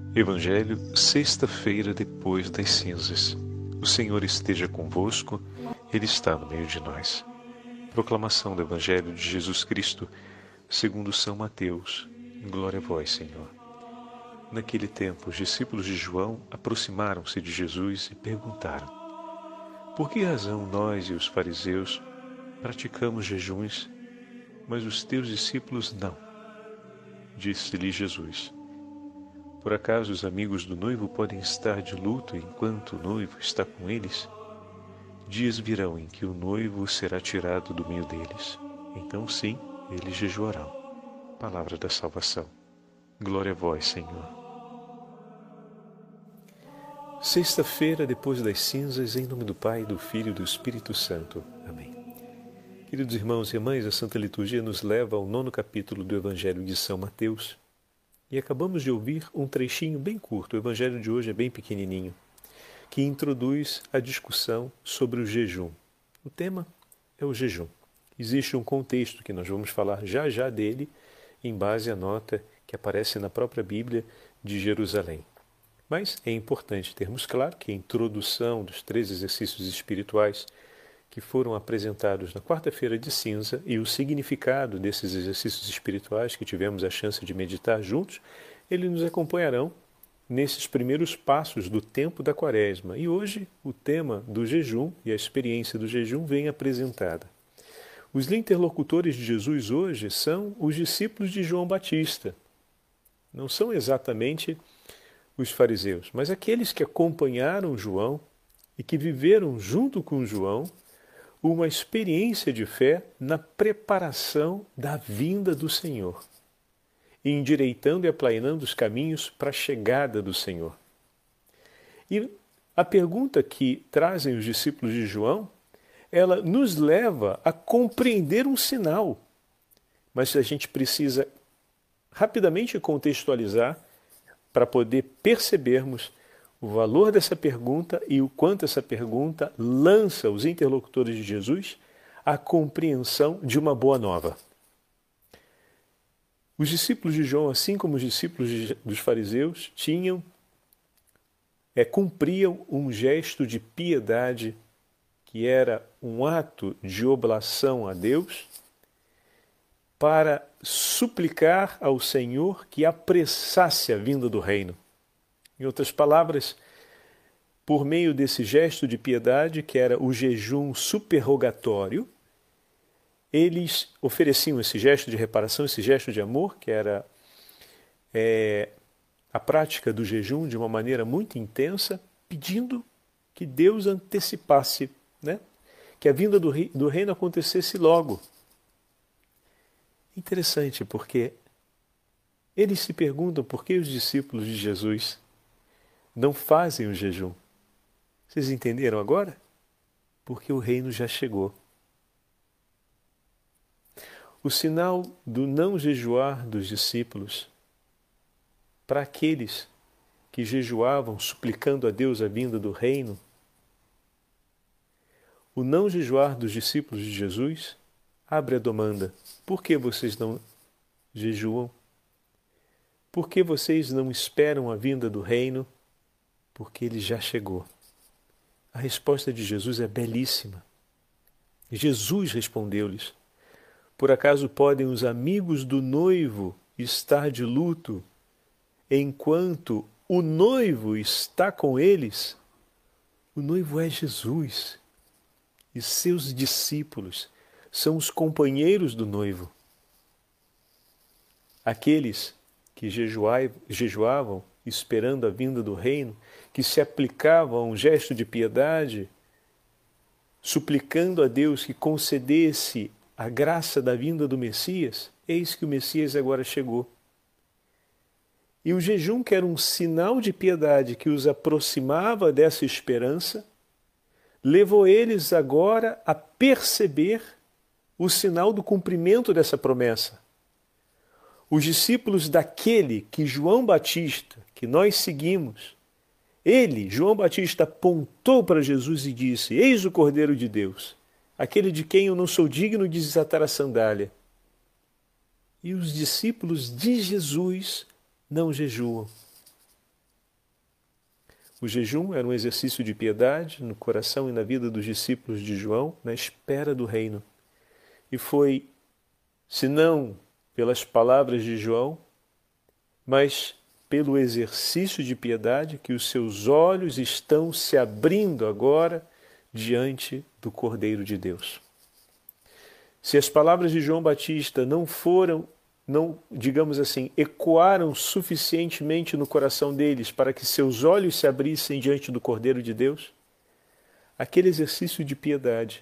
Evangelho, sexta-feira depois das cinzas. O Senhor esteja convosco, Ele está no meio de nós. Proclamação do Evangelho de Jesus Cristo, segundo São Mateus. Glória a vós, Senhor. Naquele tempo, os discípulos de João aproximaram-se de Jesus e perguntaram: por que razão nós e os fariseus praticamos jejuns, mas os teus discípulos não? Disse-lhe Jesus: por acaso os amigos do noivo podem estar de luto enquanto o noivo está com eles? Dias virão em que o noivo será tirado do meio deles. Então sim, eles jejuarão. Palavra da salvação. Glória a vós, Senhor. Sexta-feira depois das cinzas, em nome do Pai, do Filho e do Espírito Santo. Amém. Queridos irmãos e irmãs, a Santa Liturgia nos leva ao 9º capítulo do Evangelho de São Mateus. E acabamos de ouvir um trechinho bem curto, o Evangelho de hoje é bem pequenininho, que introduz a discussão sobre o jejum. O tema é o jejum. Existe um contexto que nós vamos falar já dele, em base à nota que aparece na própria Bíblia de Jerusalém. Mas é importante termos claro que a introdução dos 3 exercícios espirituais que foram apresentados na quarta-feira de cinza e o significado desses exercícios espirituais que tivemos a chance de meditar juntos, eles nos acompanharão nesses primeiros passos do tempo da Quaresma. E hoje o tema do jejum e a experiência do jejum vem apresentada. Os interlocutores de Jesus hoje são os discípulos de João Batista. Não são exatamente os fariseus, mas aqueles que acompanharam João e que viveram junto com João uma experiência de fé na preparação da vinda do Senhor, endireitando e aplainando os caminhos para a chegada do Senhor. E a pergunta que trazem os discípulos de João, ela nos leva a compreender um sinal, mas a gente precisa rapidamente contextualizar para poder percebermos o valor dessa pergunta e o quanto essa pergunta lança os interlocutores de Jesus à compreensão de uma boa nova. Os discípulos de João, assim como os discípulos dos fariseus, cumpriam um gesto de piedade que era um ato de oblação a Deus para suplicar ao Senhor que apressasse a vinda do reino. Em outras palavras, por meio desse gesto de piedade, que era o jejum superrogatório, eles ofereciam esse gesto de reparação, esse gesto de amor, que era a prática do jejum de uma maneira muito intensa, pedindo que Deus antecipasse, que a vinda do reino acontecesse logo. Interessante, porque eles se perguntam por que os discípulos de Jesus não fazem o jejum. Vocês entenderam agora? Porque o reino já chegou. O sinal do não jejuar dos discípulos para aqueles que jejuavam suplicando a Deus a vinda do reino, o não jejuar dos discípulos de Jesus abre a demanda: por que vocês não jejuam? Por que vocês não esperam a vinda do reino? Porque ele já chegou. A resposta de Jesus é belíssima. Jesus respondeu-lhes: por acaso podem os amigos do noivo estar de luto enquanto o noivo está com eles? O noivo é Jesus e seus discípulos são os companheiros do noivo. Aqueles que jejuavam esperando a vinda do reino, que se aplicavam a um gesto de piedade, suplicando a Deus que concedesse a graça da vinda do Messias, eis que o Messias agora chegou. E o jejum, que era um sinal de piedade que os aproximava dessa esperança, levou eles agora a perceber o sinal do cumprimento dessa promessa. Os discípulos daquele que João Batista, que nós seguimos, ele, João Batista, apontou para Jesus e disse: eis o Cordeiro de Deus, aquele de quem eu não sou digno de desatar a sandália. E os discípulos de Jesus não jejuam. O jejum era um exercício de piedade no coração e na vida dos discípulos de João, na espera do reino. E foi, se não pelas palavras de João, mas pelo exercício de piedade que os seus olhos estão se abrindo agora diante do Cordeiro de Deus. Se as palavras de João Batista não, digamos assim, ecoaram suficientemente no coração deles para que seus olhos se abrissem diante do Cordeiro de Deus, aquele exercício de piedade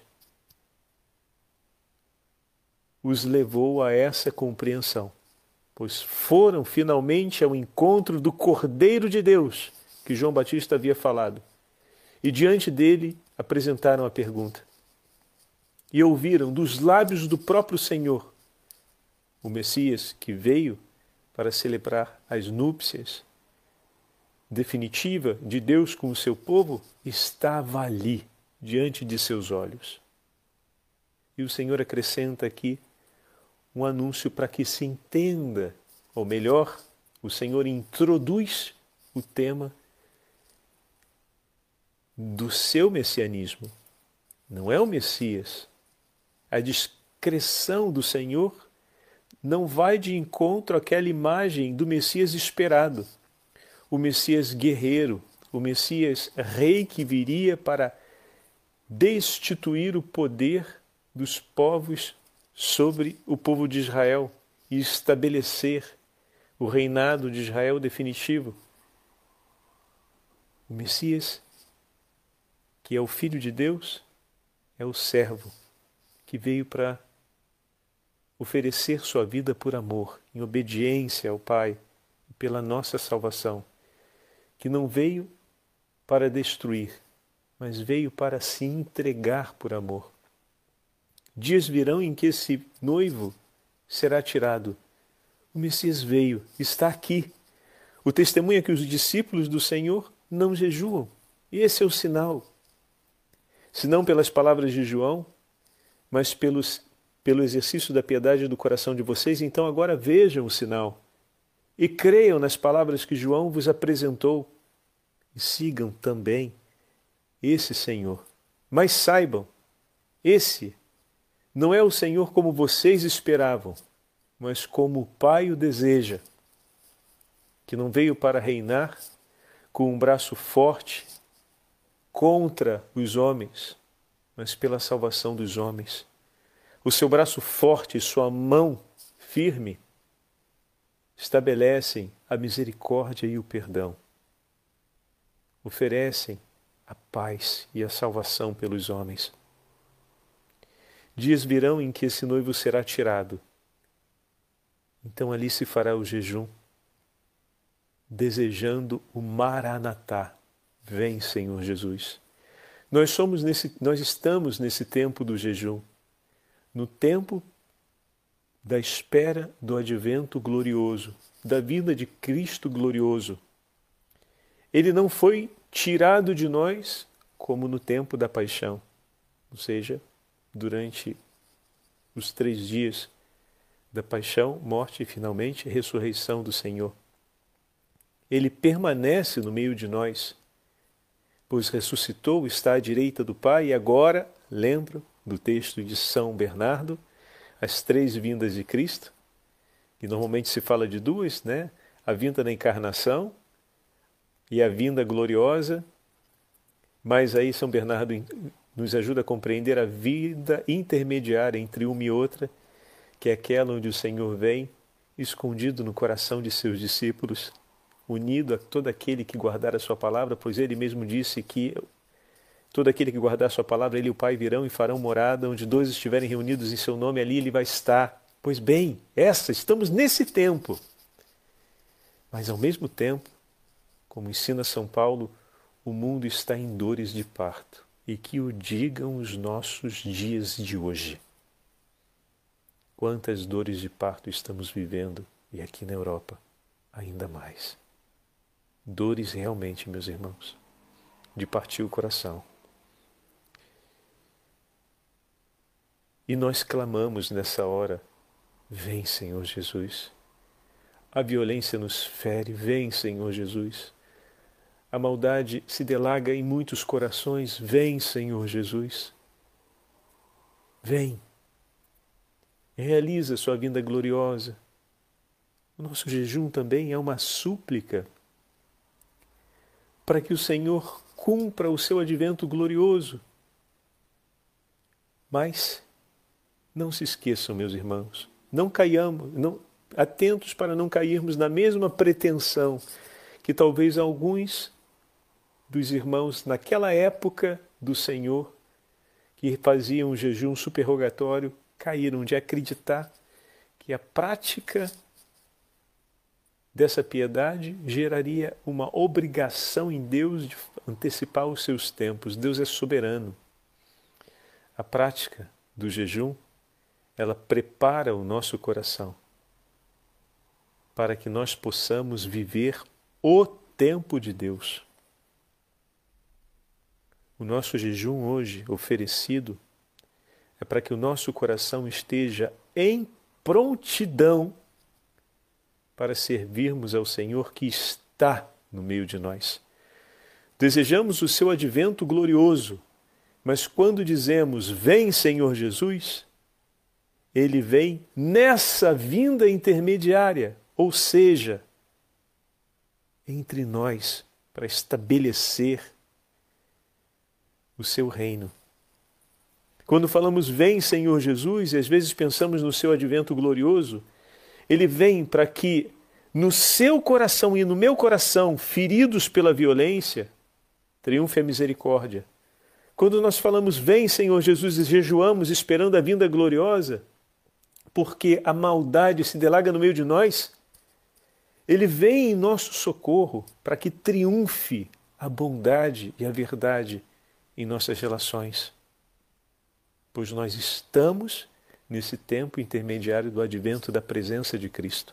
os levou a essa compreensão, pois foram finalmente ao encontro do Cordeiro de Deus que João Batista havia falado, e diante dele apresentaram a pergunta. E ouviram dos lábios do próprio Senhor, o Messias que veio para celebrar as núpcias definitiva de Deus com o seu povo, estava ali, diante de seus olhos. E o Senhor acrescenta aqui um anúncio para que se entenda, ou melhor, o Senhor introduz o tema do seu messianismo. Não é o Messias. A discreção do Senhor não vai de encontro àquela imagem do Messias esperado, o Messias guerreiro, o Messias rei que viria para destituir o poder dos povos sobre o povo de Israel e estabelecer o reinado de Israel definitivo. O Messias, que é o Filho de Deus, é o servo que veio para oferecer sua vida por amor, em obediência ao Pai, pela nossa salvação, que não veio para destruir, mas veio para se entregar por amor. Dias virão em que esse noivo será tirado. O Messias veio, está aqui. O testemunho é que os discípulos do Senhor não jejuam. E esse é o sinal. Se não pelas palavras de João, mas pelo exercício da piedade do coração de vocês, então agora vejam o sinal. E creiam nas palavras que João vos apresentou. E sigam também esse Senhor. Mas saibam, esse não é o Senhor como vocês esperavam, mas como o Pai o deseja, que não veio para reinar com um braço forte contra os homens, mas pela salvação dos homens. O seu braço forte e sua mão firme estabelecem a misericórdia e o perdão. Oferecem a paz e a salvação pelos homens. Dias virão em que esse noivo será tirado. Então ali se fará o jejum, desejando o Maranatá. Vem, Senhor Jesus. Nós estamos nesse tempo do jejum, no tempo da espera do advento glorioso, da vinda de Cristo glorioso. Ele não foi tirado de nós como no tempo da paixão, ou seja, durante os 3 dias da paixão, morte e finalmente ressurreição do Senhor. Ele permanece no meio de nós, pois ressuscitou, está à direita do Pai e agora, lembro do texto de São Bernardo, as 3 vindas de Cristo, que normalmente se fala de 2, né? A vinda da encarnação e a vinda gloriosa, mas aí São Bernardo nos ajuda a compreender a vida intermediária entre uma e outra, que é aquela onde o Senhor vem escondido no coração de seus discípulos, unido a todo aquele que guardar a sua palavra, pois ele mesmo disse que todo aquele que guardar a sua palavra, ele e o Pai virão e farão morada, onde 2 estiverem reunidos em seu nome, ali ele vai estar. Pois bem, estamos nesse tempo. Mas ao mesmo tempo, como ensina São Paulo, o mundo está em dores de parto, e que o digam os nossos dias de hoje. Quantas dores de parto estamos vivendo, e aqui na Europa, ainda mais. Dores realmente, meus irmãos, de partir o coração. E nós clamamos nessa hora, vem, Senhor Jesus. A violência nos fere, vem, Senhor Jesus. a maldade se delaga em muitos corações. Vem, Senhor Jesus. Vem. Realiza sua vinda gloriosa. O nosso jejum também é uma súplica para que o Senhor cumpra o seu advento glorioso. Mas não se esqueçam, meus irmãos, não caiamos, atentos para não cairmos na mesma pretensão que talvez alguns dos irmãos naquela época do Senhor, que faziam um jejum superrogatório, caíram de acreditar que a prática dessa piedade geraria uma obrigação em Deus de antecipar os seus tempos. Deus é soberano. A prática do jejum, ela prepara o nosso coração para que nós possamos viver o tempo de Deus. O nosso jejum hoje oferecido é para que o nosso coração esteja em prontidão para servirmos ao Senhor que está no meio de nós. Desejamos o seu advento glorioso, mas quando dizemos, vem Senhor Jesus, Ele vem nessa vinda intermediária, ou seja, entre nós, para estabelecer o seu reino. Quando falamos, vem Senhor Jesus, e às vezes pensamos no seu advento glorioso, Ele vem para que no seu coração e no meu coração, feridos pela violência, triunfe a misericórdia. Quando nós falamos, vem Senhor Jesus, e jejuamos esperando a vinda gloriosa, porque a maldade se delaga no meio de nós, Ele vem em nosso socorro para que triunfe a bondade e a verdade em nossas relações. Pois nós estamos nesse tempo intermediário do advento da presença de Cristo.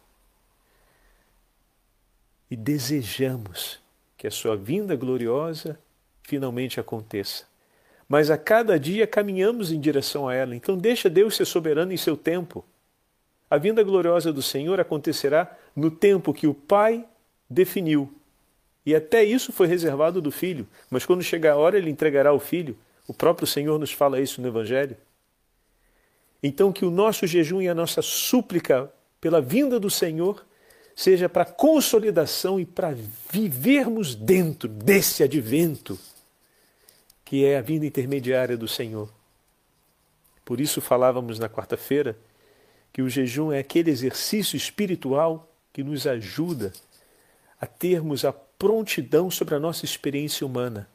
E desejamos que a sua vinda gloriosa finalmente aconteça. Mas a cada dia caminhamos em direção a ela. Então deixa Deus ser soberano em seu tempo. A vinda gloriosa do Senhor acontecerá no tempo que o Pai definiu. E até isso foi reservado do Filho. Mas quando chegar a hora, Ele entregará o Filho. O próprio Senhor nos fala isso no Evangelho. Então que o nosso jejum e a nossa súplica pela vinda do Senhor seja para consolidação e para vivermos dentro desse advento que é a vinda intermediária do Senhor. Por isso falávamos na quarta-feira que o jejum é aquele exercício espiritual que nos ajuda a termos a prontidão sobre a nossa experiência humana.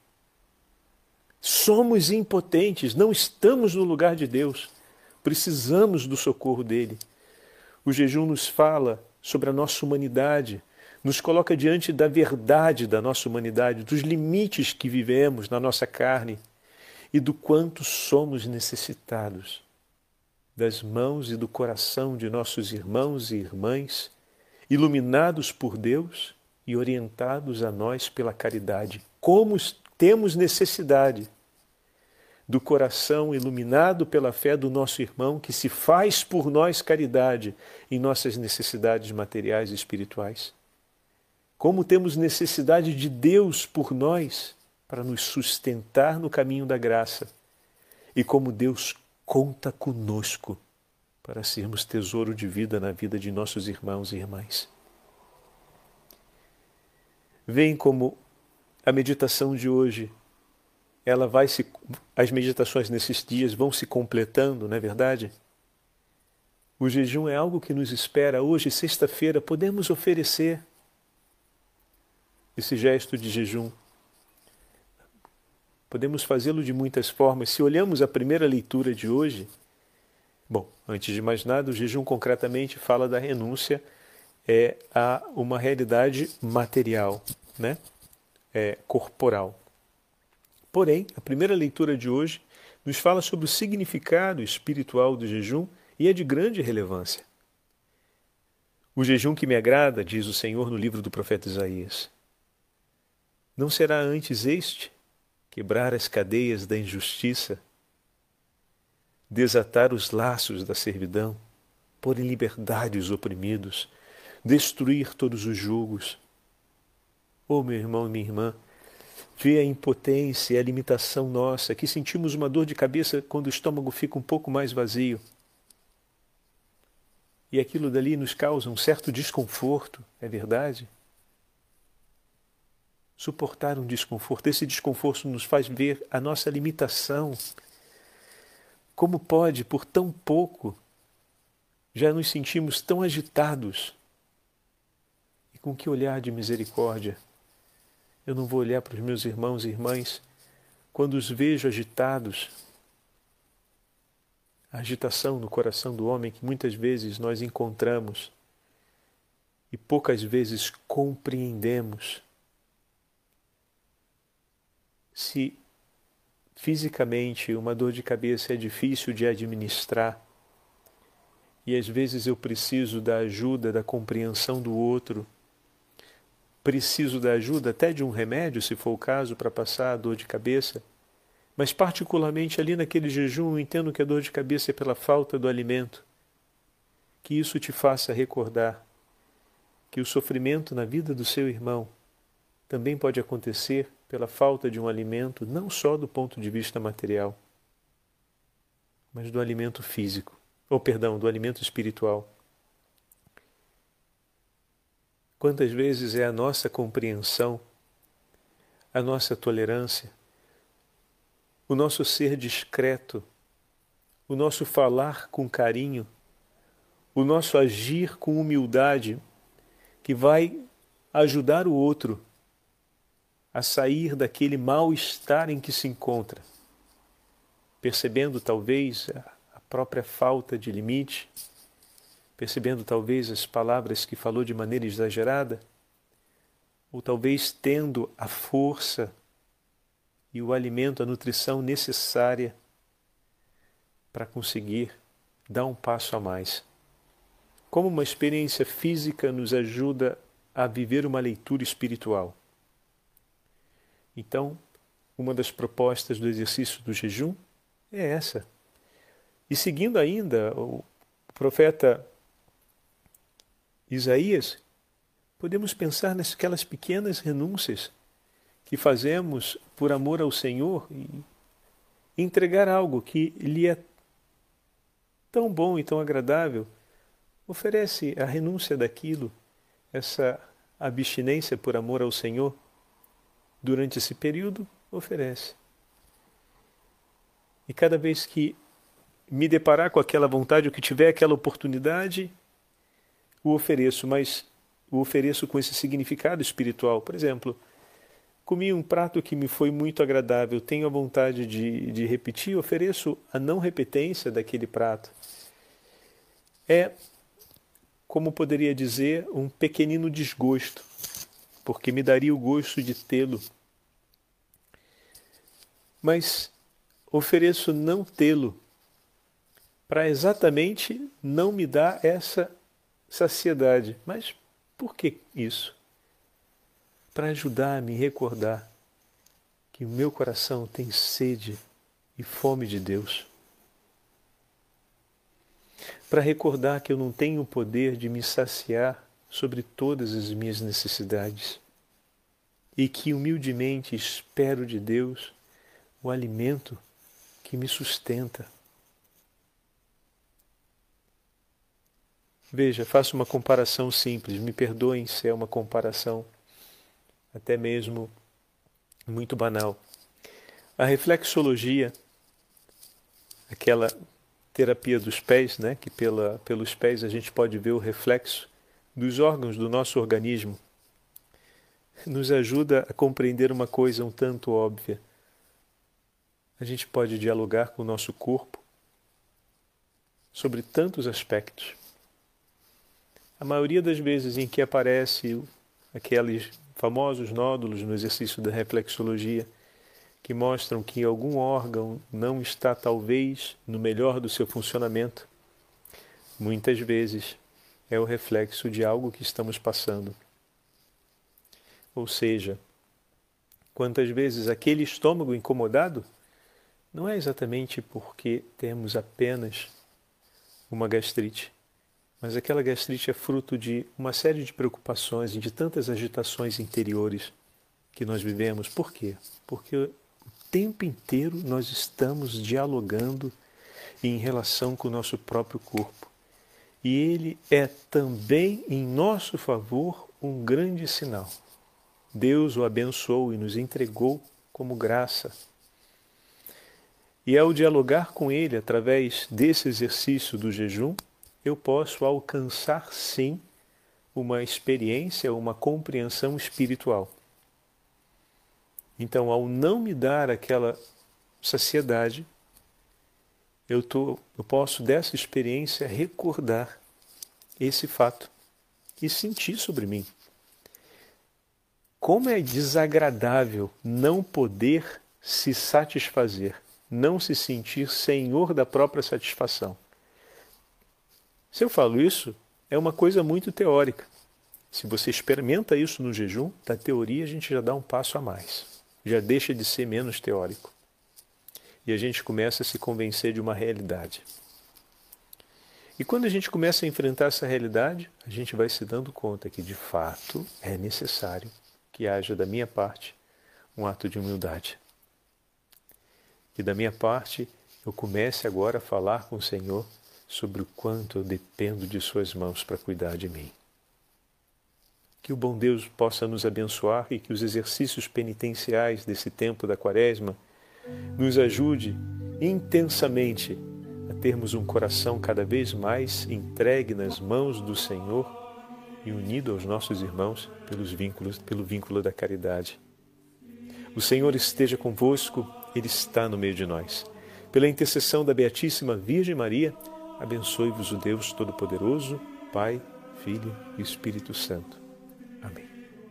Somos impotentes, não estamos no lugar de Deus, precisamos do socorro dele. O jejum nos fala sobre a nossa humanidade, nos coloca diante da verdade da nossa humanidade, dos limites que vivemos na nossa carne e do quanto somos necessitados das mãos e do coração de nossos irmãos e irmãs, iluminados por Deus e orientados a nós pela caridade. Como temos necessidade do coração iluminado pela fé do nosso irmão que se faz por nós caridade em nossas necessidades materiais e espirituais. Como temos necessidade de Deus por nós para nos sustentar no caminho da graça e como Deus conta conosco para sermos tesouro de vida na vida de nossos irmãos e irmãs. Vem como a meditação de hoje, as meditações nesses dias vão se completando, não é verdade? O jejum é algo que nos espera. Hoje, sexta-feira, podemos oferecer esse gesto de jejum. Podemos fazê-lo de muitas formas. Se olhamos a primeira leitura de hoje, bom, antes de mais nada, o jejum concretamente fala da renúncia a uma realidade material, né? Corporal. Porém, a primeira leitura de hoje nos fala sobre o significado espiritual do jejum e é de grande relevância. O jejum que me agrada, diz o Senhor no livro do profeta Isaías, não será antes este quebrar as cadeias da injustiça, desatar os laços da servidão, pôr em liberdade os oprimidos, destruir todos os julgos. Oh, meu irmão e minha irmã, vê a impotência e a limitação nossa, que sentimos uma dor de cabeça quando o estômago fica um pouco mais vazio. E aquilo dali nos causa um certo desconforto, é verdade? Suportar um desconforto, esse desconforto nos faz ver a nossa limitação. Como pode, por tão pouco, já nos sentimos tão agitados? E com que olhar de misericórdia? Eu não vou olhar para os meus irmãos e irmãs quando os vejo agitados. A agitação no coração do homem que muitas vezes nós encontramos e poucas vezes compreendemos. Se fisicamente uma dor de cabeça é difícil de administrar e às vezes eu preciso da ajuda, da compreensão do outro, preciso da ajuda até de um remédio, se for o caso, para passar a dor de cabeça, mas particularmente ali naquele jejum eu entendo que a dor de cabeça é pela falta do alimento. Que isso te faça recordar que o sofrimento na vida do seu irmão também pode acontecer pela falta de um alimento, não só do ponto de vista material, mas do alimento físico, do alimento espiritual. Quantas vezes é a nossa compreensão, a nossa tolerância, o nosso ser discreto, o nosso falar com carinho, o nosso agir com humildade, que vai ajudar o outro a sair daquele mal-estar em que se encontra, percebendo talvez a própria falta de limite, percebendo talvez as palavras que falou de maneira exagerada, ou talvez tendo a força e o alimento, a nutrição necessária para conseguir dar um passo a mais. Como uma experiência física nos ajuda a viver uma leitura espiritual. Então, uma das propostas do exercício do jejum é essa. E seguindo ainda o profeta Isaías, podemos pensar naquelas pequenas renúncias que fazemos por amor ao Senhor e entregar algo que lhe é tão bom e tão agradável. Oferece a renúncia daquilo, essa abstinência por amor ao Senhor. Durante esse período, oferece. E cada vez que me deparar com aquela vontade, ou que tiver aquela oportunidade, o ofereço, mas o ofereço com esse significado espiritual. Por exemplo, comi um prato que me foi muito agradável, tenho a vontade de repetir, ofereço a não repetência daquele prato. É, como poderia dizer, um pequenino desgosto, porque me daria o gosto de tê-lo. Mas ofereço não tê-lo, para exatamente não me dar essa saciedade. Mas por que isso? Para ajudar a me recordar que o meu coração tem sede e fome de Deus. Para recordar que eu não tenho o poder de me saciar sobre todas as minhas necessidades e que humildemente espero de Deus o alimento que me sustenta. Veja, faço uma comparação simples, me perdoem se é uma comparação até mesmo muito banal. A reflexologia, aquela terapia dos pés, né, que pelos pés a gente pode ver o reflexo dos órgãos do nosso organismo, nos ajuda a compreender uma coisa um tanto óbvia. A gente pode dialogar com o nosso corpo sobre tantos aspectos. A maioria das vezes em que aparece aqueles famosos nódulos no exercício da reflexologia que mostram que algum órgão não está talvez no melhor do seu funcionamento, muitas vezes é o reflexo de algo que estamos passando. Ou seja, quantas vezes aquele estômago incomodado não é exatamente porque temos apenas uma gastrite, mas aquela gastrite é fruto de uma série de preocupações e de tantas agitações interiores. que nós vivemos. Por quê? Porque o tempo inteiro nós estamos dialogando em relação com o nosso próprio corpo. E ele é também, em nosso favor, um grande sinal. Deus o abençoou e nos entregou como graça. E ao dialogar com ele através desse exercício do jejum, eu posso alcançar, sim, uma experiência, uma compreensão espiritual. Então, ao não me dar aquela saciedade, eu posso dessa experiência recordar esse fato e sentir sobre mim. Como é desagradável não poder se satisfazer, não se sentir senhor da própria satisfação. Se eu falo isso, é uma coisa muito teórica. Se você experimenta isso no jejum, da teoria a gente já dá um passo a mais. Já deixa de ser menos teórico. E a gente começa a se convencer de uma realidade. E quando a gente começa a enfrentar essa realidade, a gente vai se dando conta que, de fato, é necessário que haja da minha parte um ato de humildade. Que da minha parte eu comece agora a falar com o Senhor sobre o quanto eu dependo de Suas mãos para cuidar de mim. Que o bom Deus possa nos abençoar e que os exercícios penitenciais desse tempo da Quaresma nos ajude intensamente a termos um coração cada vez mais entregue nas mãos do Senhor e unido aos nossos irmãos pelo vínculo da caridade. O Senhor esteja convosco, Ele está no meio de nós. Pela intercessão da Beatíssima Virgem Maria, abençoe-vos o Deus Todo-Poderoso, Pai, Filho e Espírito Santo. Amém.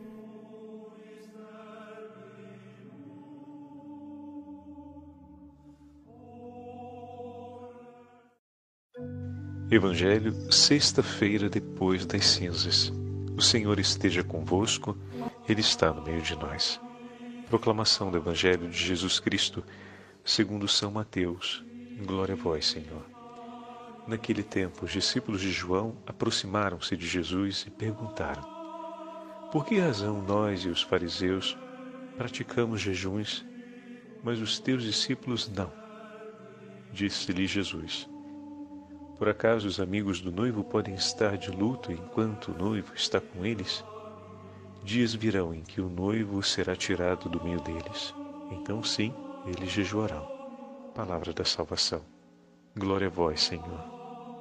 Evangelho, sexta-feira depois das cinzas. O Senhor esteja convosco, Ele está no meio de nós. Proclamação do Evangelho de Jesus Cristo, segundo São Mateus. Glória a vós, Senhor. Naquele tempo, os discípulos de João aproximaram-se de Jesus e perguntaram: por que razão nós e os fariseus praticamos jejuns, mas os teus discípulos não? Disse-lhe Jesus: por acaso os amigos do noivo podem estar de luto enquanto o noivo está com eles? Dias virão em que o noivo será tirado do meio deles. Então sim, eles jejuarão. Palavra da salvação. Glória a vós, Senhor.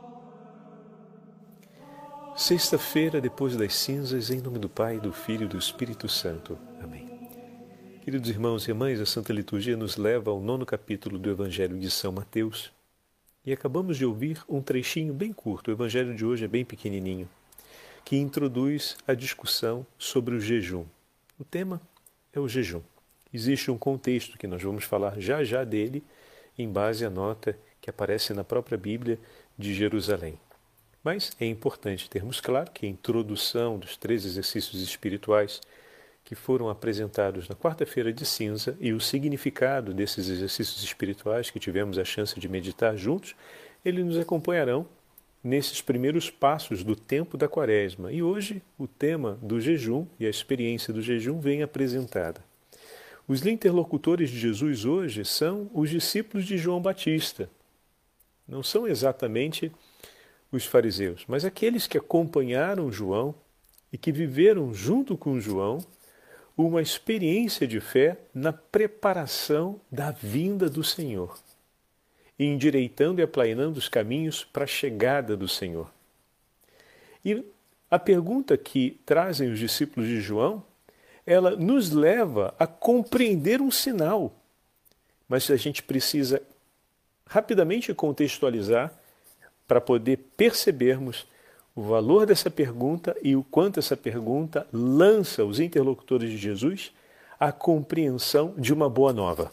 Sexta-feira depois das cinzas, em nome do Pai, do Filho e do Espírito Santo. Amém. Queridos irmãos e irmãs, a Santa Liturgia nos leva ao 9º capítulo do Evangelho de São Mateus. E acabamos de ouvir um trechinho bem curto, o Evangelho de hoje é bem pequenininho, que introduz a discussão sobre o jejum. O tema é o jejum. Existe um contexto que nós vamos falar já dele, em base à nota que aparece na própria Bíblia de Jerusalém. Mas é importante termos claro que a introdução dos 3 exercícios espirituais que foram apresentados na quarta-feira de cinza e o significado desses exercícios espirituais que tivemos a chance de meditar juntos, eles nos acompanharão nesses primeiros passos do tempo da Quaresma. E hoje o tema do jejum e a experiência do jejum vem apresentada. Os interlocutores de Jesus hoje são os discípulos de João Batista. Não são exatamente os fariseus, mas aqueles que acompanharam João e que viveram junto com João uma experiência de fé na preparação da vinda do Senhor, endireitando e aplainando os caminhos para a chegada do Senhor. E a pergunta que trazem os discípulos de João, ela nos leva a compreender um sinal, mas a gente precisa rapidamente contextualizar para poder percebermos o valor dessa pergunta e o quanto essa pergunta lança os interlocutores de Jesus à compreensão de uma boa nova.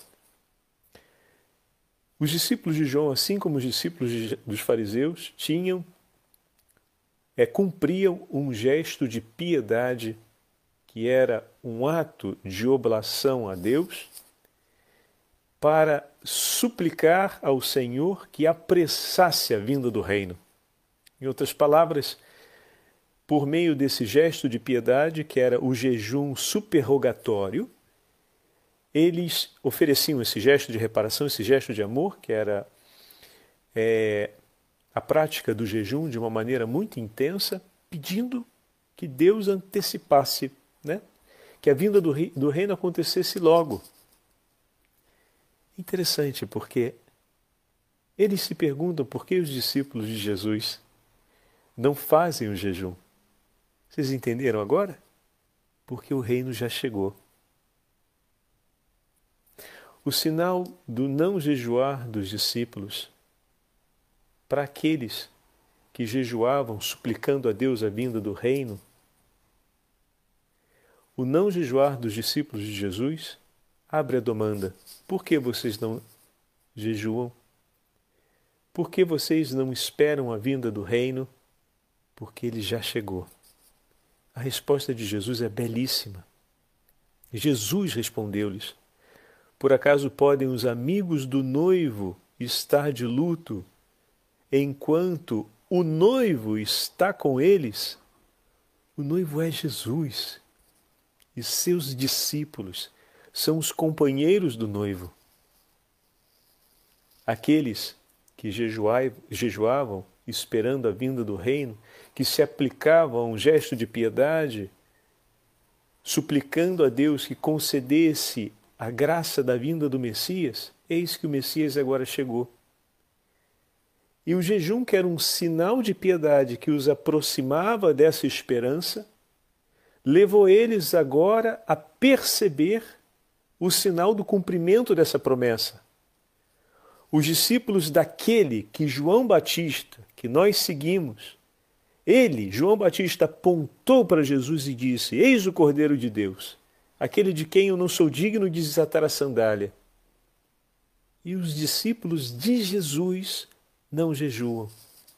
Os discípulos de João, assim como os discípulos dos fariseus, cumpriam um gesto de piedade que era um ato de oblação a Deus para suplicar ao Senhor que apressasse a vinda do reino. Em outras palavras, por meio desse gesto de piedade, que era o jejum superrogatório, eles ofereciam esse gesto de reparação, esse gesto de amor, que era a prática do jejum de uma maneira muito intensa, pedindo que Deus antecipasse, né? Que a vinda do reino acontecesse logo. Interessante, porque eles se perguntam por que os discípulos de Jesus não fazem o jejum. Vocês entenderam agora? Porque o reino já chegou. O sinal do não jejuar dos discípulos, para aqueles que jejuavam suplicando a Deus a vinda do reino, o não jejuar dos discípulos de Jesus abre a demanda. Por que vocês não jejuam? Por que vocês não esperam a vinda do reino? Porque ele já chegou. A resposta de Jesus é belíssima. Jesus respondeu-lhes: por acaso podem os amigos do noivo estar de luto enquanto o noivo está com eles? O noivo é Jesus e seus discípulos são os companheiros do noivo. Aqueles que jejuavam esperando a vinda do reino, que se aplicavam a um gesto de piedade, suplicando a Deus que concedesse a graça da vinda do Messias, eis que o Messias agora chegou. E o jejum, que era um sinal de piedade que os aproximava dessa esperança, levou eles agora a perceber o sinal do cumprimento dessa promessa. Os discípulos daquele que João Batista, que nós seguimos, ele, João Batista, apontou para Jesus e disse: eis o Cordeiro de Deus, aquele de quem eu não sou digno de desatar a sandália. E os discípulos de Jesus não jejuam.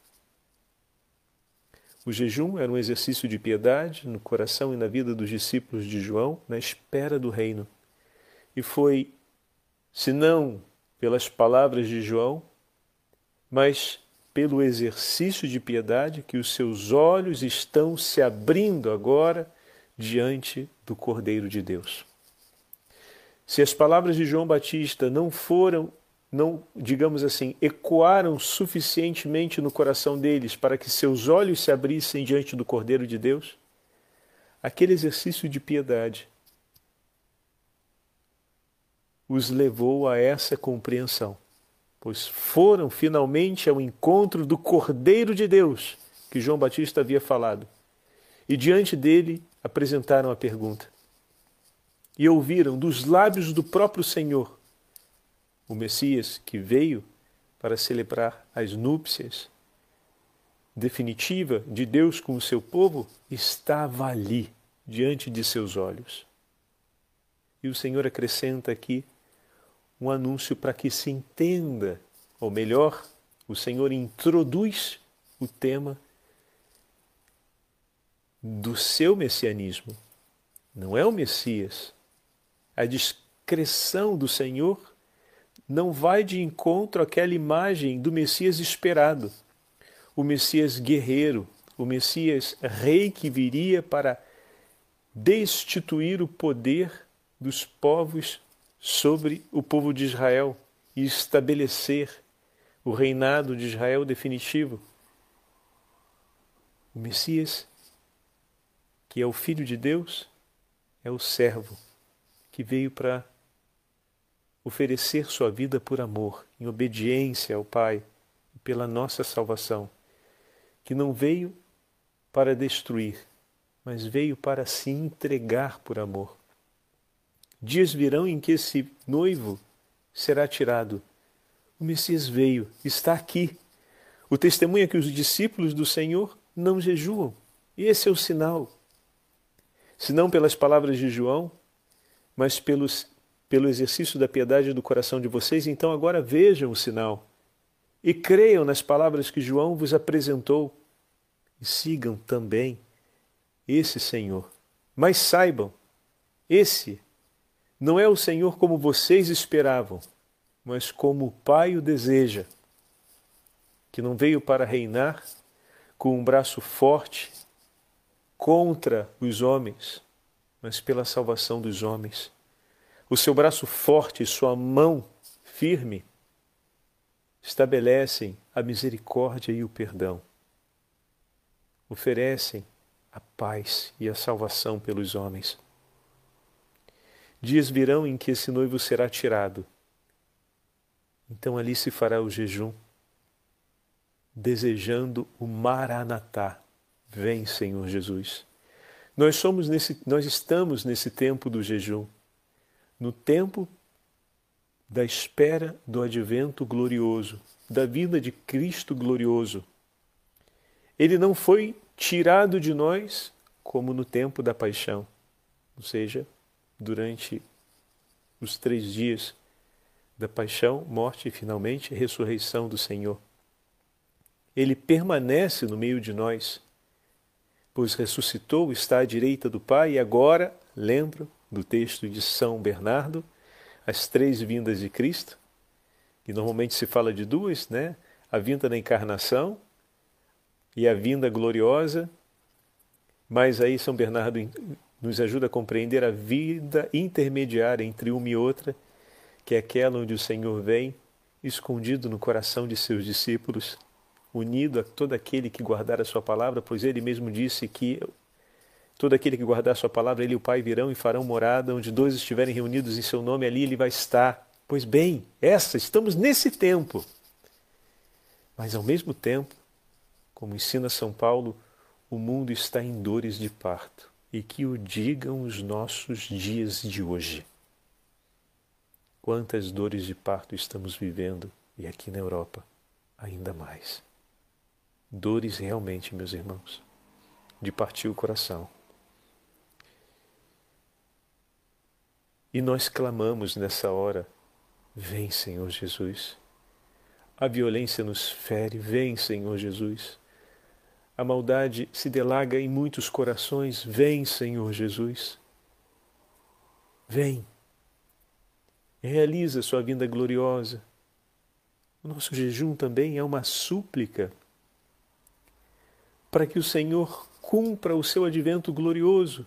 O jejum era um exercício de piedade no coração e na vida dos discípulos de João, na espera do reino. E foi, se não pelas palavras de João, mas pelo exercício de piedade que os seus olhos estão se abrindo agora diante do Cordeiro de Deus. Se as palavras de João Batista não, digamos assim, ecoaram suficientemente no coração deles para que seus olhos se abrissem diante do Cordeiro de Deus, aquele exercício de piedade os levou a essa compreensão, pois foram finalmente ao encontro do Cordeiro de Deus que João Batista havia falado, e diante dele apresentaram a pergunta. E ouviram dos lábios do próprio Senhor, o Messias que veio para celebrar as núpcias definitiva de Deus com o seu povo, estava ali, diante de seus olhos. E o Senhor acrescenta aqui um anúncio para que se entenda, ou melhor, o Senhor introduz o tema do seu messianismo. Não é o Messias. A discreção do Senhor não vai de encontro àquela imagem do Messias esperado. O Messias guerreiro, o Messias rei que viria para destituir o poder dos povos sobre o povo de Israel e estabelecer o reinado de Israel definitivo. O Messias, que é o Filho de Deus, é o servo que veio para oferecer sua vida por amor, em obediência ao Pai, pela nossa salvação, que não veio para destruir, mas veio para se entregar por amor. Dias virão em que esse noivo será tirado. O Messias veio, está aqui. O testemunho é que os discípulos do Senhor não jejuam. E esse é o sinal. Se não pelas palavras de João, mas pelo exercício da piedade do coração de vocês, então agora vejam o sinal. E creiam nas palavras que João vos apresentou. E sigam também esse Senhor. Mas saibam, esse não é o Senhor como vocês esperavam, mas como o Pai o deseja, que não veio para reinar com um braço forte contra os homens, mas pela salvação dos homens, o seu braço forte e sua mão firme estabelecem a misericórdia e o perdão. Oferecem a paz e a salvação pelos homens. Dias virão em que esse noivo será tirado. Então ali se fará o jejum, desejando o Maranatá. Vem, Senhor Jesus. Nós estamos nesse tempo do jejum, no tempo da espera do advento glorioso, da vinda de Cristo glorioso. Ele não foi tirado de nós como no tempo da paixão, ou seja, durante os 3 dias da paixão, morte e finalmente ressurreição do Senhor. Ele permanece no meio de nós, pois ressuscitou, está à direita do Pai e agora, lembro do texto de São Bernardo, as 3 vindas de Cristo, que normalmente se fala de 2, né? A vinda da encarnação e a vinda gloriosa, mas aí São Bernardo nos ajuda a compreender a vida intermediária entre uma e outra, que é aquela onde o Senhor vem, escondido no coração de seus discípulos, unido a todo aquele que guardar a sua palavra, pois ele mesmo disse que todo aquele que guardar a sua palavra, ele e o Pai virão e farão morada, onde 2 estiverem reunidos em seu nome, ali ele vai estar. Pois bem, estamos nesse tempo. Mas ao mesmo tempo, como ensina São Paulo, o mundo está em dores de parto, e que o digam os nossos dias de hoje. Quantas dores de parto estamos vivendo, e aqui na Europa, ainda mais. Dores realmente, meus irmãos, de partir o coração. E nós clamamos nessa hora, vem, Senhor Jesus. A violência nos fere, vem, Senhor Jesus. A maldade se delaga em muitos corações, vem, Senhor Jesus. Vem. Realiza sua vinda gloriosa. O nosso jejum também é uma súplica para que o Senhor cumpra o seu advento glorioso.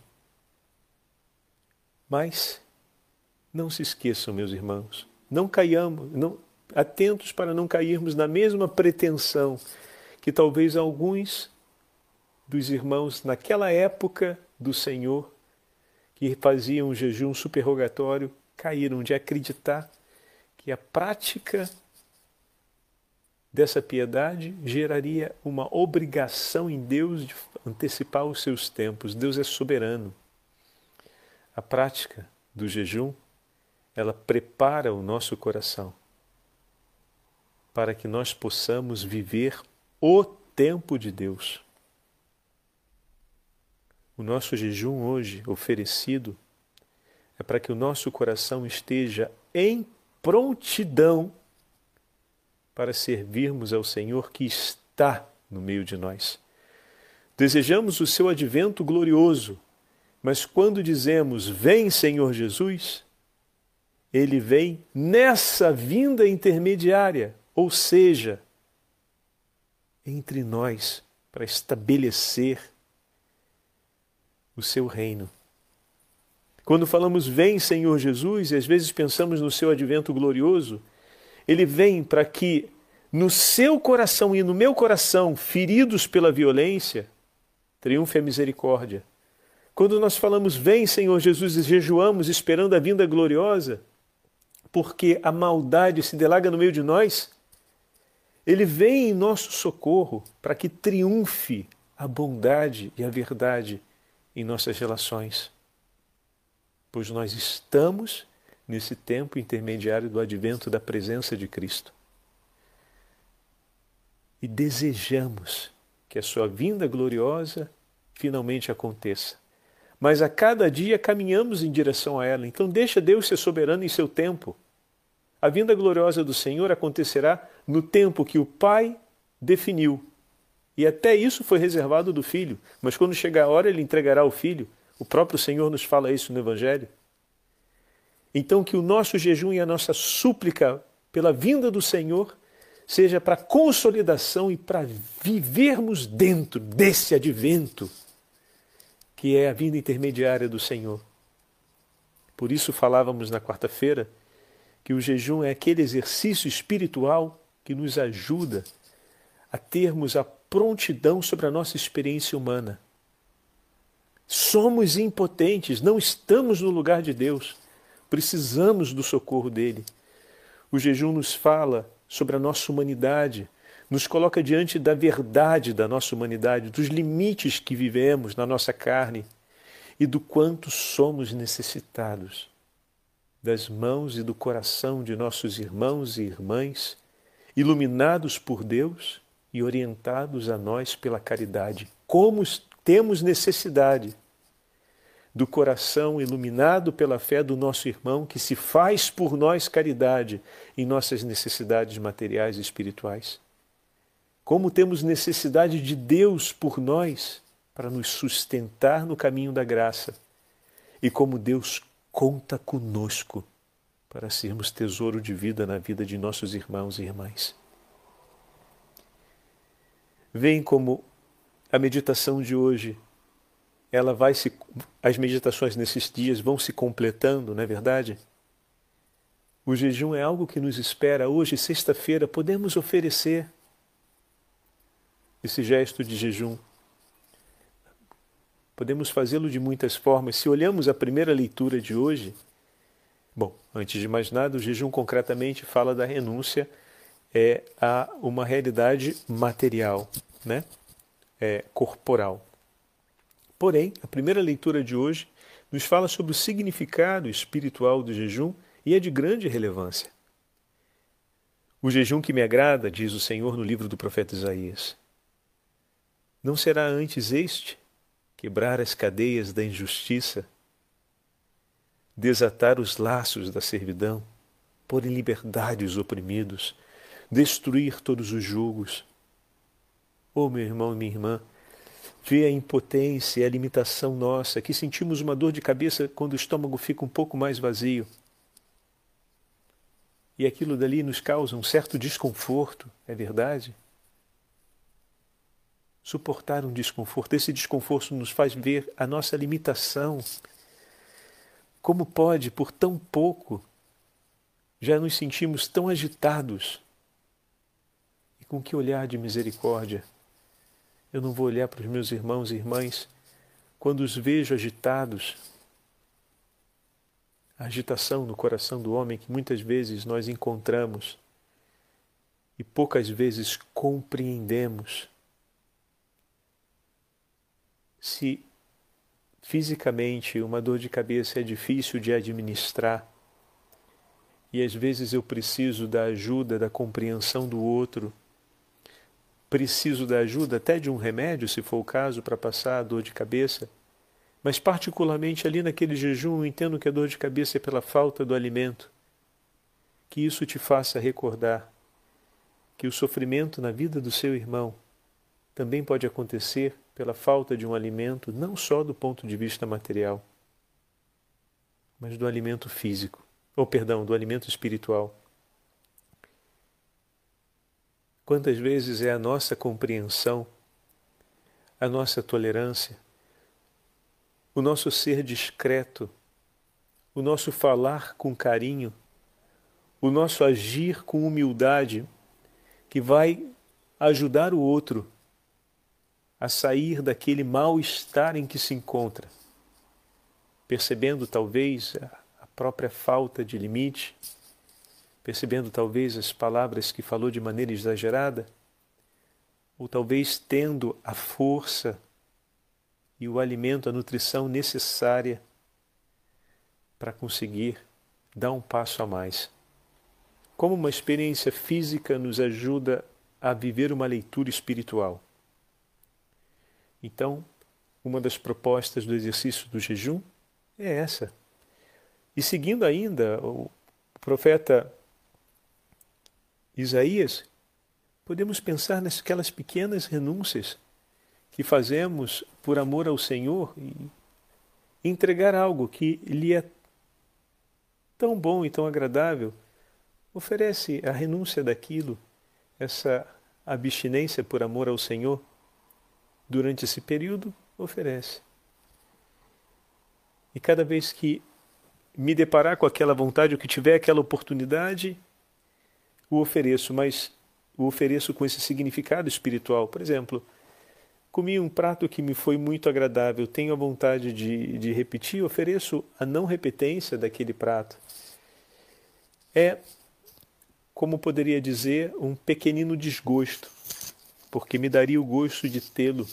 Mas não se esqueçam, meus irmãos, não caiamos, atentos para não cairmos na mesma pretensão que talvez alguns dos irmãos naquela época do Senhor, que faziam um jejum superrogatório, caíram de acreditar que a prática dessa piedade geraria uma obrigação em Deus de antecipar os seus tempos. Deus é soberano. A prática do jejum, ela prepara o nosso coração para que nós possamos viver o tempo de Deus. O nosso jejum hoje oferecido é para que o nosso coração esteja em prontidão para servirmos ao Senhor que está no meio de nós. Desejamos o seu advento glorioso, mas quando dizemos, vem, Senhor Jesus, ele vem nessa vinda intermediária, ou seja, entre nós, para estabelecer o seu reino. Quando falamos, vem, Senhor Jesus, e às vezes pensamos no seu advento glorioso, ele vem para que no seu coração e no meu coração, feridos pela violência, triunfe a misericórdia. Quando nós falamos, vem, Senhor Jesus, e jejuamos esperando a vinda gloriosa, porque a maldade se delaga no meio de nós, ele vem em nosso socorro para que triunfe a bondade e a verdade em nossas relações. Pois nós estamos nesse tempo intermediário do advento da presença de Cristo. E desejamos que a sua vinda gloriosa finalmente aconteça. Mas a cada dia caminhamos em direção a ela. Então deixa Deus ser soberano em seu tempo. A vinda gloriosa do Senhor acontecerá no tempo que o Pai definiu. E até isso foi reservado do Filho. Mas quando chegar a hora, Ele entregará o Filho. O próprio Senhor nos fala isso no Evangelho. Então que o nosso jejum e a nossa súplica pela vinda do Senhor seja para consolidação e para vivermos dentro desse advento que é a vinda intermediária do Senhor. Por isso falávamos na quarta-feira que o jejum é aquele exercício espiritual que nos ajuda a termos a prontidão sobre a nossa experiência humana. Somos impotentes, não estamos no lugar de Deus, precisamos do socorro dele. O jejum nos fala sobre a nossa humanidade, nos coloca diante da verdade da nossa humanidade, dos limites que vivemos na nossa carne e do quanto somos necessitados das mãos e do coração de nossos irmãos e irmãs, iluminados por Deus e orientados a nós pela caridade. Como temos necessidade do coração iluminado pela fé do nosso irmão que se faz por nós caridade em nossas necessidades materiais e espirituais. Como temos necessidade de Deus por nós para nos sustentar no caminho da graça e como Deus conta conosco para sermos tesouro de vida na vida de nossos irmãos e irmãs. Veem como a meditação de hoje, as meditações nesses dias vão se completando, não é verdade? O jejum é algo que nos espera. Hoje, sexta-feira, podemos oferecer esse gesto de jejum. Podemos fazê-lo de muitas formas. Se olhamos a primeira leitura de hoje, bom, antes de mais nada, o jejum concretamente fala da renúncia a uma realidade material, né? Corporal. Porém, a primeira leitura de hoje nos fala sobre o significado espiritual do jejum e é de grande relevância. O jejum que me agrada, diz o Senhor no livro do profeta Isaías, não será antes este quebrar as cadeias da injustiça, desatar os laços da servidão, pôr em liberdade os oprimidos, destruir todos os julgos. Oh, meu irmão e minha irmã, vê a impotência e a limitação nossa, que sentimos uma dor de cabeça quando o estômago fica um pouco mais vazio. E aquilo dali nos causa um certo desconforto, é verdade? Suportar um desconforto, esse desconforto nos faz ver a nossa limitação. Como pode, por tão pouco, já nos sentimos tão agitados? E com que olhar de misericórdia eu não vou olhar para os meus irmãos e irmãs quando os vejo agitados? A agitação no coração do homem que muitas vezes nós encontramos e poucas vezes compreendemos. Se fisicamente uma dor de cabeça é difícil de administrar e às vezes eu preciso da ajuda, da compreensão do outro, preciso da ajuda até de um remédio, se for o caso, para passar a dor de cabeça, mas particularmente ali naquele jejum eu entendo que a dor de cabeça é pela falta do alimento. Que isso te faça recordar que o sofrimento na vida do seu irmão também pode acontecer pela falta de um alimento, não só do ponto de vista material, mas do alimento físico, do alimento espiritual. Quantas vezes é a nossa compreensão, a nossa tolerância, o nosso ser discreto, o nosso falar com carinho, o nosso agir com humildade, que vai ajudar o outro a sair daquele mal-estar em que se encontra, percebendo talvez a própria falta de limite, percebendo talvez as palavras que falou de maneira exagerada, ou talvez tendo a força e o alimento, a nutrição necessária para conseguir dar um passo a mais. Como uma experiência física nos ajuda a viver uma leitura espiritual. Então, uma das propostas do exercício do jejum é essa. E seguindo ainda o profeta Isaías, podemos pensar naquelas pequenas renúncias que fazemos por amor ao Senhor e entregar algo que lhe é tão bom e tão agradável. Oferece a renúncia daquilo, essa abstinência por amor ao Senhor. Durante esse período, oferece. E cada vez que me deparar com aquela vontade, ou que tiver aquela oportunidade, o ofereço, mas o ofereço com esse significado espiritual. Por exemplo, comi um prato que me foi muito agradável, tenho a vontade de repetir, ofereço a não repetência daquele prato. É, como poderia dizer, um pequenino desgosto, porque me daria o gosto de tê-lo.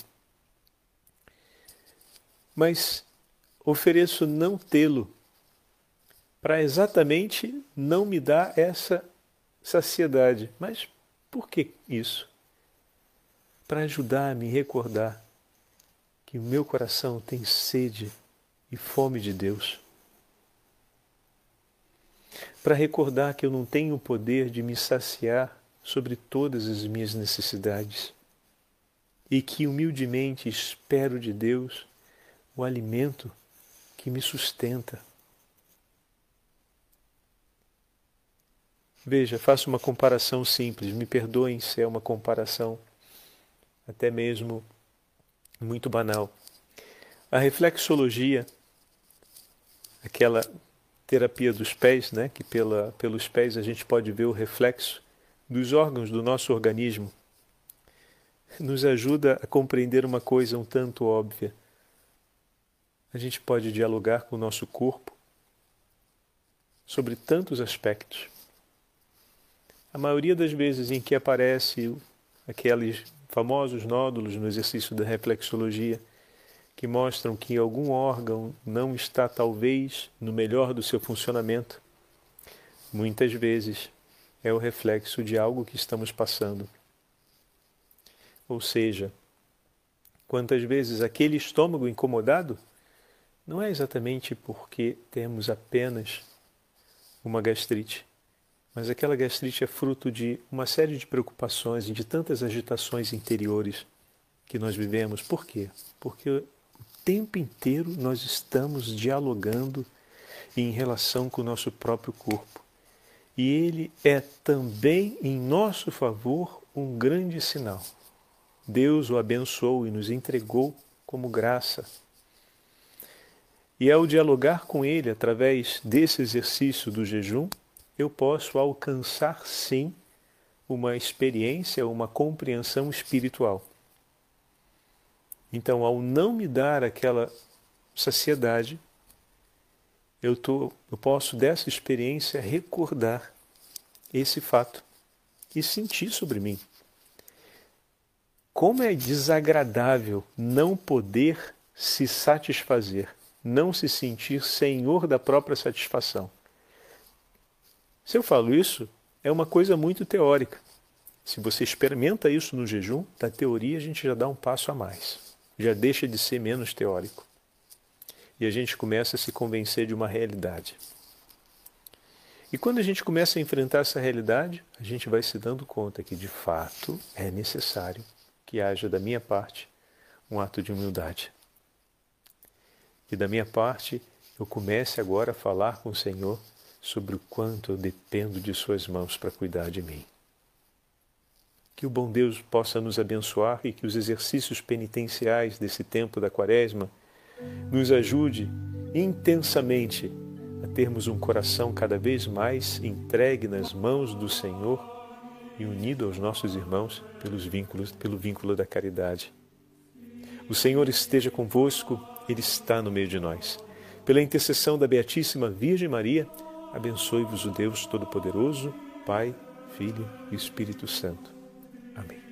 Mas ofereço não tê-lo para exatamente não me dar essa saciedade. Mas por que isso? Para ajudar a me recordar que o meu coração tem sede e fome de Deus. Para recordar que eu não tenho o poder de me saciar sobre todas as minhas necessidades e que humildemente espero de Deus o alimento que me sustenta. Veja, faço uma comparação simples, me perdoem se é uma comparação até mesmo muito banal. A reflexologia, aquela terapia dos pés, né, que pelos pés a gente pode ver o reflexo dos órgãos do nosso organismo, nos ajuda a compreender uma coisa um tanto óbvia. A gente pode dialogar com o nosso corpo sobre tantos aspectos. A maioria das vezes em que aparece aqueles famosos nódulos no exercício da reflexologia, que mostram que algum órgão não está talvez no melhor do seu funcionamento, muitas vezes é o reflexo de algo que estamos passando. Ou seja, quantas vezes aquele estômago incomodado não é exatamente porque temos apenas uma gastrite, mas aquela gastrite é fruto de uma série de preocupações e de tantas agitações interiores que nós vivemos. Por quê? Porque o tempo inteiro nós estamos dialogando em relação com o nosso próprio corpo. E ele é também, em nosso favor, um grande sinal. Deus o abençoou e nos entregou como graça. E ao dialogar com ele através desse exercício do jejum, eu posso alcançar, sim, uma experiência, uma compreensão espiritual. Então, ao não me dar aquela saciedade, eu posso dessa experiência recordar esse fato e sentir sobre mim. Como é desagradável não poder se satisfazer, não se sentir senhor da própria satisfação. Se eu falo isso, é uma coisa muito teórica. Se você experimenta isso no jejum, da teoria a gente já dá um passo a mais. Já deixa de ser menos teórico. E a gente começa a se convencer de uma realidade. E quando a gente começa a enfrentar essa realidade, a gente vai se dando conta que, de fato, é necessário que haja da minha parte um ato de humildade. E da minha parte, eu comece agora a falar com o Senhor sobre o quanto eu dependo de Suas mãos para cuidar de mim. Que o bom Deus possa nos abençoar e que os exercícios penitenciais desse tempo da Quaresma nos ajude intensamente a termos um coração cada vez mais entregue nas mãos do Senhor e unido aos nossos irmãos pelo vínculo da caridade. O Senhor esteja convosco, Ele está no meio de nós. Pela intercessão da Beatíssima Virgem Maria, abençoe-vos o Deus Todo-Poderoso, Pai, Filho e Espírito Santo. Amém.